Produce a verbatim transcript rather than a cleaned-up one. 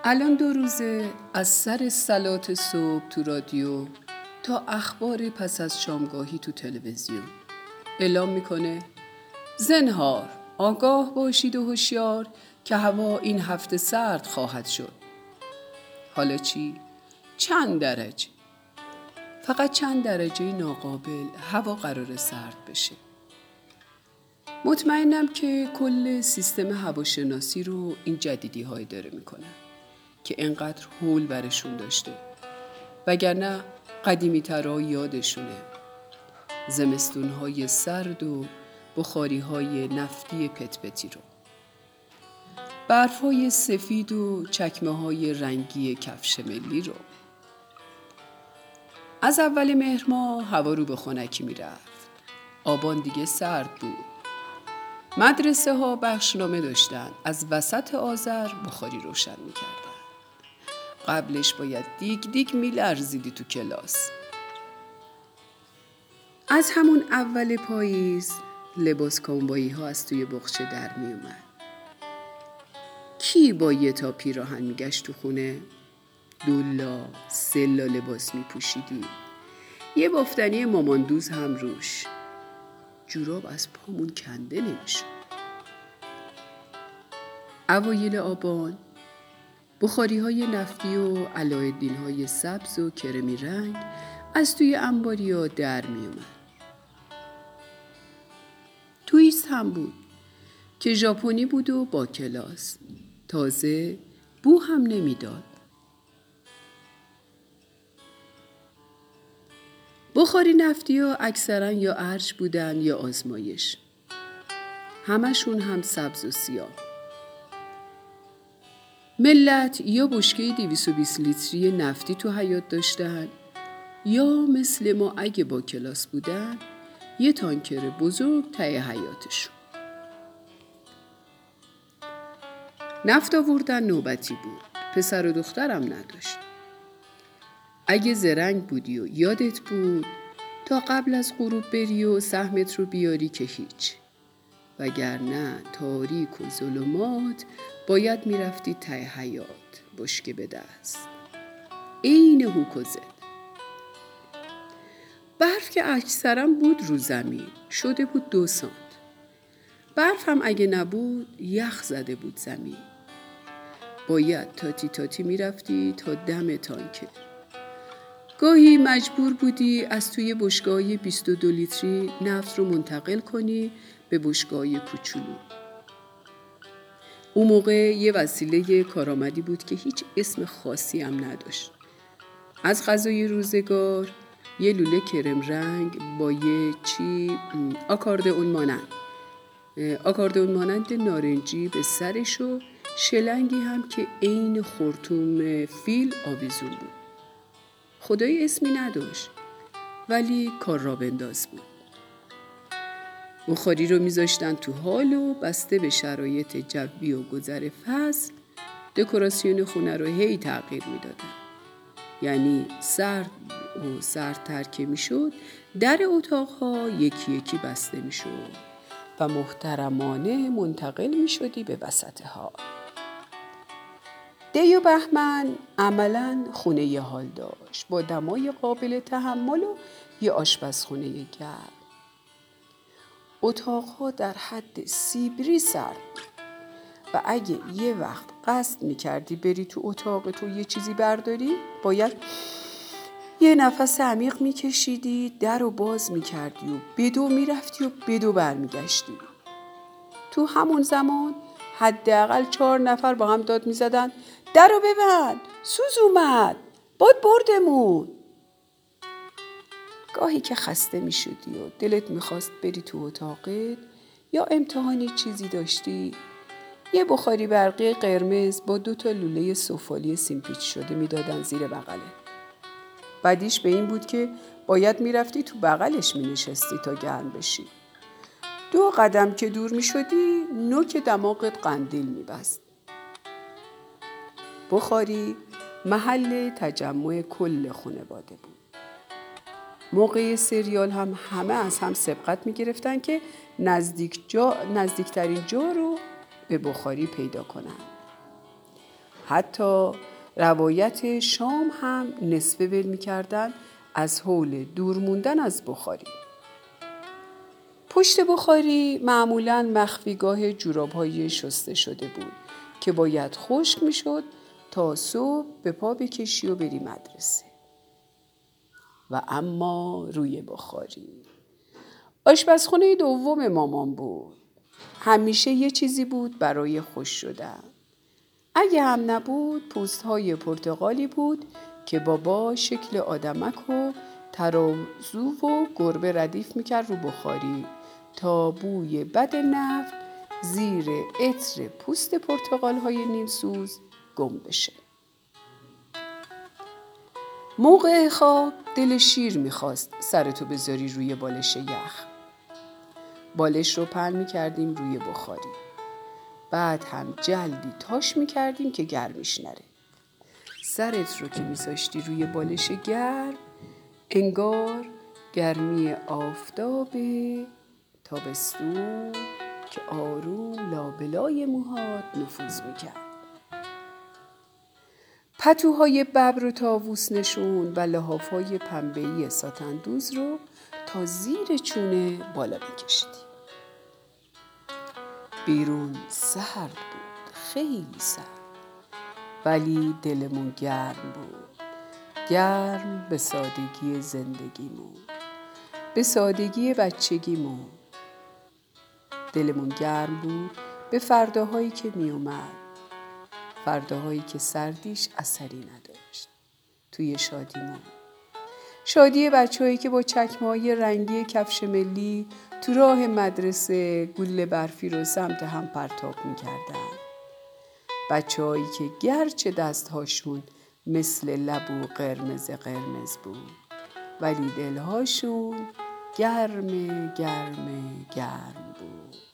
الان دو روزه از سر صلات صبح تو رادیو تا اخبار پس از شامگاهی تو تلویزیون اعلام میکنه زنهار آگاه باشید و هوشیار که هوا این هفته سرد خواهد شد. حالا چی؟ چند درجه؟ فقط چند درجه ناقابل هوا قرار سرد بشه. مطمئنم که کل سیستم هواشناسی رو این جدیدی های داره میکنه که انقدر هول برشون داشته، وگرنه قدیمی ترها یادشونه زمستون های سرد و بخاری های نفتی پت پتی رو، برف های سفید و چکمه های رنگی کفش ملی رو. از اول مهر ماه هوا رو به خنکی می رفت. آبان دیگه سرد بود. مدرسه ها بخشنامه داشتن، از وسط آذر بخاری روشن می کردن. قبلش باید دیگ دیگ می لرزیدی تو کلاس. از همون اول پاییز لباس کامبایی ها از توی بخچه در می اومد. کی با یه تا پیراهن می گشت تو خونه؟ دولا سلا لباس می پوشیدی، یه بافتنی ماماندوز هم روش. جوراب از پامون کنده نمیشد. اوایل آبان بخاری های نفتی و علایالدین های سبز و کرمی رنگ از توی انباریا در می اومد. تویست هم بود که ژاپنی بود و با کلاس، تازه بو هم نمیداد. بخاری نفتی ها اکثرا یا ارج بودن یا آزمایش، همشون هم سبز و سیاه. ملت یا بشکه دویست و بیست لیتری نفتی تو حیاط داشتن، یا مثل ما اگه با کلاس بودن یه تانکر بزرگ ته حیاطشون. نفت آوردن نوبتی بود، پسر و دخترم نداشت. اگه زرنگ بودی و یادت بود تا قبل از غروب بری و سهمت رو بیاری که هیچ، وگرنه تاریک و ظلمات باید میرفتی ته حیاط بشکه به دست. این هوک و زد. برف که اکثرا بود رو زمین شده بود دو سانت. برف هم اگه نبود یخ زده بود زمین. باید تاتی تاتی میرفتی تا دم تانکر. گاهی مجبور بودی از توی بشکه‌های بیست و دو لیتری نفت رو منتقل کنی به بشکه‌های کوچولو. اون موقع یه وسیله کارآمدی بود که هیچ اسم خاصی هم نداشت. از غذای روزگار یه لوله کرم رنگ با یه چی آکاردئون مانند آکاردئون مانند نارنجی به سرش و شلنگی هم که عین خرطوم فیل آویزون بود. خدای اسمی نداشت ولی کار را بنداز بود. بخاری رو میذاشتن تو حال و بسته به شرایط جوی و گذر فصل دکوراسیون خونه رو هی تغییر میدادن. یعنی سرد و سردتر که میشد در اتاقها یکی یکی بسته میشد و محترمانه منتقل میشدی به وسط حال. دی و بهمن عملاً خونه ی حال داشت با دمای قابل تحمل و یه آشپزخونه گرم. اتاقها در حد سیبری سرد و اگه یه وقت قصد میکردی بری تو اتاق تو یه چیزی برداری باید یه نفس عمیق میکشیدی، در رو باز میکردی و بدو میرفتی و بدو برمیگشتی. تو همون زمان حداقل چهار نفر با هم داد میزدن در رو ببند، سوز اومد، باد بردمون. گاهی که خسته میشدی و دلت میخواست بری تو اتاقت یا امتحانی چیزی داشتی، یه بخاری برقی قرمز با دو تا لوله سفالی سیمپیچ شده میدادن زیر بغله. بعدیش به این بود که باید میرفتی تو بغلش مینشستی تا گرم بشی. دو قدم که دور میشدی نوک دماغت قندیل میبست. بخاری محل تجمع کل خانواده بود. موقع سریال هم همه از هم سبقت میگرفتن که نزدیک جا، نزدیکترین جا رو به بخاری پیدا کنن. حتی روایت شام هم نصف ول می‌کردن از حول دور موندن از بخاری. پشت بخاری معمولاً مخفیگاه جوراب‌های شسته شده بود که باید خشک می‌شد تا صبح به پا بکشی و بری مدرسه. و اما روی بخاری آشپزخونه دوم مامان بود. همیشه یه چیزی بود برای خوش شدن. اگه هم نبود پوست‌های پرتقالی بود که بابا شکل آدمک و ترازو و گربه ردیف میکرد رو بخاری تا بوی بد نفت زیر عطر پوست پرتقال‌های نیمسوز گم بشه. موقع خواب دل شیر میخواست سرتو بذاری روی بالش یخ. بالش رو پهن میکردیم روی بخاری. بعد هم جلدی تاش میکردیم که گرمش نره. سرت رو که میذاشتی روی بالش گرم انگار گرمی آفتاب تابستون که آروم لابلای موهات نفوذ میکرد. پتوهای ببر و طاووس نشون و لحافهای پنبه‌ای ساتن دوز رو تا زیر چونه بالا میکشیدی. بیرون سرد بود، خیلی سرد، ولی دلمون گرم بود. گرم به سادگی زندگیمون، به سادگی بچگیمون. دلمون گرم بود به فرداهایی که می اومد، فرداهایی که سردیش اثری نداشت توی شادیمون. شادی بچه‌هایی که با چکمه‌های رنگی کفش ملی تو راه مدرسه گل برفی رو سمت هم پرتاب می‌کردن. بچه‌هایی که گرچه دست‌هاشون مثل لبو قرمز قرمز بود ولی دل‌هاشون گرم گرم گرم بود.